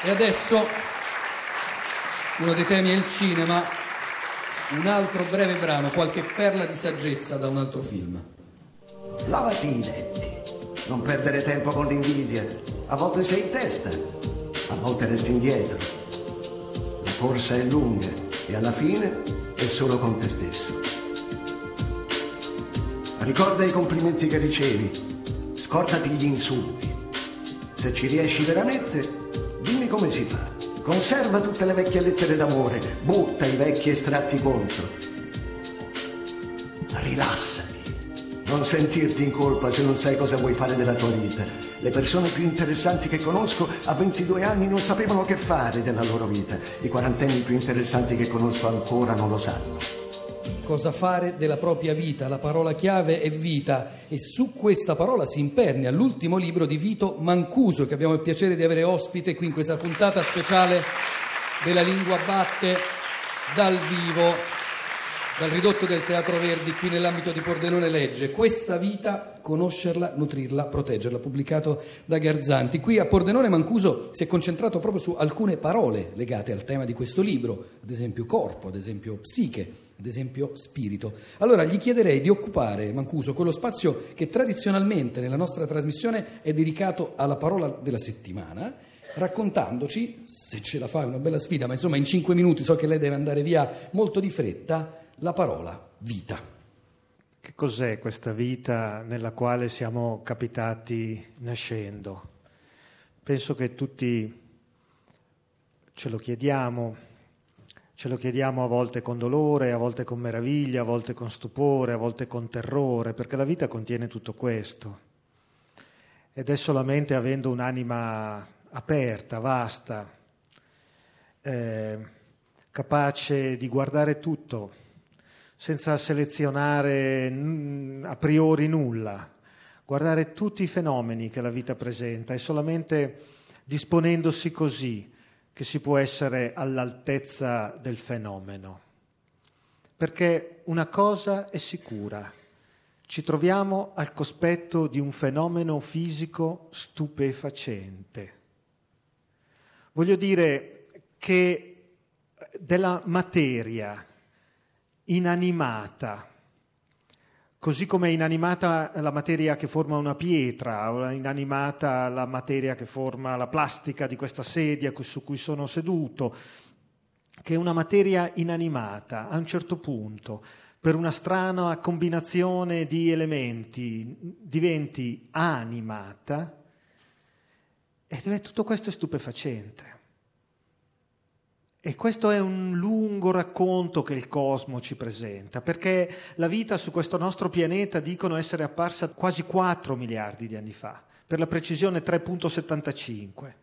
E adesso uno dei temi è il cinema, un altro breve brano, qualche perla di saggezza da un altro film. Lavati i denti, non perdere tempo con l'invidia. A volte sei in testa, a volte resti indietro. La corsa è lunga e alla fine è solo con te stesso. Ricorda i complimenti che ricevi, scordati gli insulti. Se ci riesci veramente, dimmi come si fa. Conserva tutte le vecchie lettere d'amore, butta i vecchi estratti contro. Rilassati, non sentirti in colpa se non sai cosa vuoi fare della tua vita. Le persone più interessanti che conosco a 22 anni non sapevano che fare della loro vita. I quarantenni più interessanti che conosco ancora non lo sanno. Cosa fare della propria vita? La parola chiave è vita, e su questa parola si impernia l'ultimo libro di Vito Mancuso, che abbiamo il piacere di avere ospite qui in questa puntata speciale della Lingua Batte dal vivo, dal ridotto del Teatro Verdi, qui nell'ambito di Pordenone Legge. Questa vita, conoscerla, nutrirla, proteggerla, pubblicato da Garzanti. Qui a Pordenone Mancuso si è concentrato proprio su alcune parole legate al tema di questo libro, ad esempio corpo, ad esempio psiche, ad esempio spirito. Allora gli chiederei di occupare, Mancuso, quello spazio che tradizionalmente nella nostra trasmissione è dedicato alla parola della settimana, raccontandoci, se ce la fa è una bella sfida, ma insomma in 5 minuti, so che lei deve andare via molto di fretta, la parola vita. Che cos'è questa vita nella quale siamo capitati nascendo? Penso che tutti ce lo chiediamo a volte con dolore, a volte con meraviglia, a volte con stupore, a volte con terrore, perché la vita contiene tutto questo. Ed è solamente avendo un'anima aperta, vasta, capace di guardare tutto, senza selezionare a priori nulla, guardare tutti i fenomeni che la vita presenta, e solamente disponendosi così che si può essere all'altezza del fenomeno. Perché una cosa è sicura: ci troviamo al cospetto di un fenomeno fisico stupefacente. Voglio dire che della materia inanimata, così come è inanimata la materia che forma una pietra, o è inanimata la materia che forma la plastica di questa sedia su cui sono seduto, che è una materia inanimata, a un certo punto, per una strana combinazione di elementi, diventi animata, e tutto questo è stupefacente. E questo è un lungo racconto che il cosmo ci presenta, perché la vita su questo nostro pianeta dicono essere apparsa quasi 4 miliardi di anni fa, per la precisione 3,75.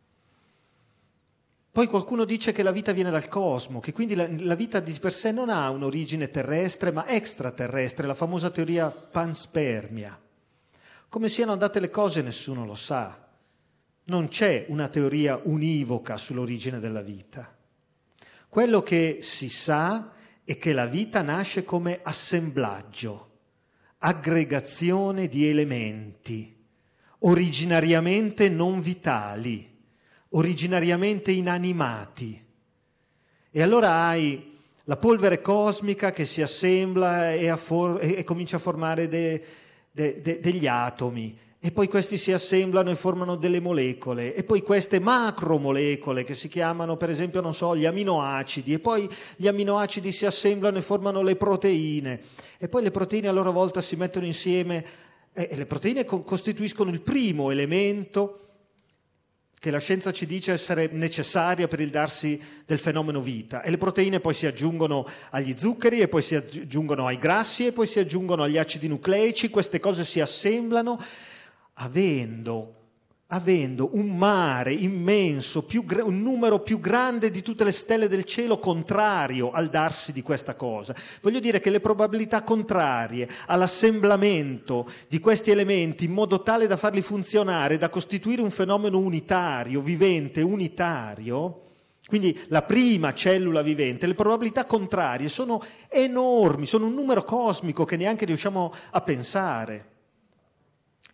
Poi qualcuno dice che la vita viene dal cosmo, che quindi la vita di per sé non ha un'origine terrestre ma extraterrestre, la famosa teoria panspermia. Come siano andate le cose nessuno lo sa. Non c'è una teoria univoca sull'origine della vita. Quello che si sa è che la vita nasce come assemblaggio, aggregazione di elementi, originariamente non vitali, originariamente inanimati. E allora hai la polvere cosmica che si assembla e comincia a formare degli atomi. E poi questi si assemblano e formano delle molecole, e poi queste macromolecole che si chiamano, per esempio, gli aminoacidi, e poi gli aminoacidi si assemblano e formano le proteine, e poi le proteine a loro volta si mettono insieme, e le proteine costituiscono il primo elemento che la scienza ci dice essere necessaria per il darsi del fenomeno vita, e le proteine poi si aggiungono agli zuccheri, e poi si aggiungono ai grassi, e poi si aggiungono agli acidi nucleici. Queste cose si assemblano avendo un mare immenso, un numero più grande di tutte le stelle del cielo contrario al darsi di questa cosa. Voglio dire che le probabilità contrarie all'assemblamento di questi elementi in modo tale da farli funzionare, da costituire un fenomeno unitario, vivente, unitario, quindi la prima cellula vivente, le probabilità contrarie sono enormi, sono un numero cosmico che neanche riusciamo a pensare.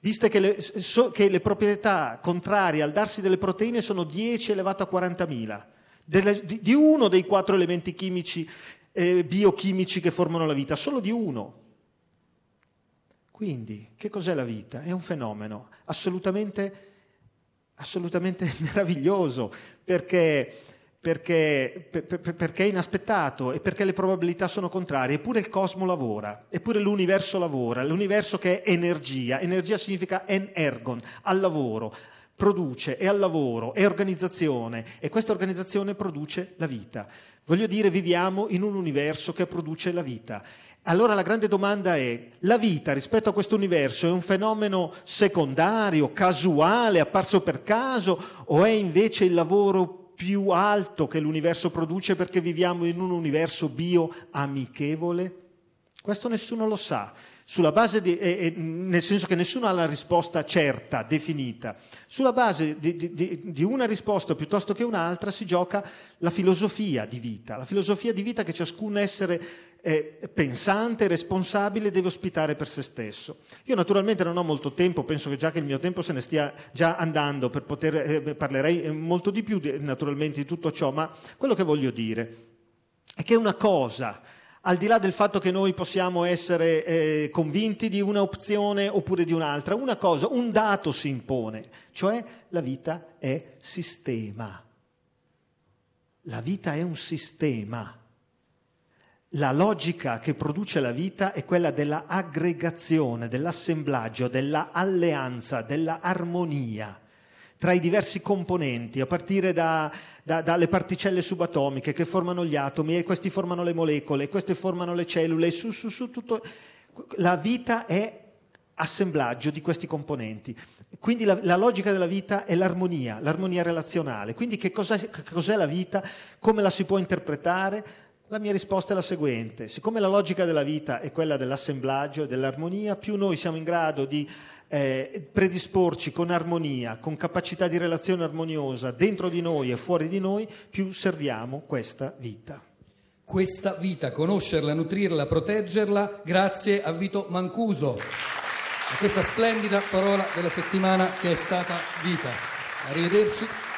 viste che le proprietà contrarie al darsi delle proteine sono 10 elevato a 40.000, di uno dei 4 elementi chimici, biochimici che formano la vita, solo di uno. Quindi, che cos'è la vita? È un fenomeno assolutamente meraviglioso, perché è inaspettato e perché le probabilità sono contrarie, eppure il cosmo lavora, eppure l'universo lavora, l'universo che è energia significa energon, al lavoro, produce, è al lavoro, è organizzazione, e questa organizzazione produce la vita. Voglio dire, viviamo in un universo che produce la vita. Allora la grande domanda è: la vita rispetto a questo universo è un fenomeno secondario, casuale, apparso per caso, o è invece il lavoro più alto che l'universo produce perché viviamo in un universo bioamichevole? Questo nessuno lo sa, sulla base nel senso che nessuno ha la risposta certa, definita. Sulla base di una risposta piuttosto che un'altra si gioca la filosofia di vita che ciascun essere pensante, responsabile deve ospitare per se stesso. Io naturalmente non ho molto tempo, penso che già che il mio tempo se ne stia già andando per poter parlerei molto di più naturalmente di tutto ciò, ma quello che voglio dire è che una cosa, al di là del fatto che noi possiamo essere convinti di una opzione oppure di un'altra, una cosa, un dato si impone, cioè la vita è sistema. La vita è un sistema. La logica che produce la vita è quella della aggregazione, dell'assemblaggio, della alleanza, della armonia tra i diversi componenti, a partire dalle particelle subatomiche che formano gli atomi, e questi formano le molecole, e queste formano le cellule, e su tutto. La vita è assemblaggio di questi componenti. Quindi la logica della vita è l'armonia relazionale. Quindi che cos'è la vita? Come la si può interpretare? La mia risposta è la seguente: siccome la logica della vita è quella dell'assemblaggio e dell'armonia, più noi siamo in grado di predisporci con armonia, con capacità di relazione armoniosa dentro di noi e fuori di noi, più serviamo questa vita. Questa vita, conoscerla, nutrirla, proteggerla, grazie a Vito Mancuso, a questa splendida parola della settimana che è stata vita. Arrivederci.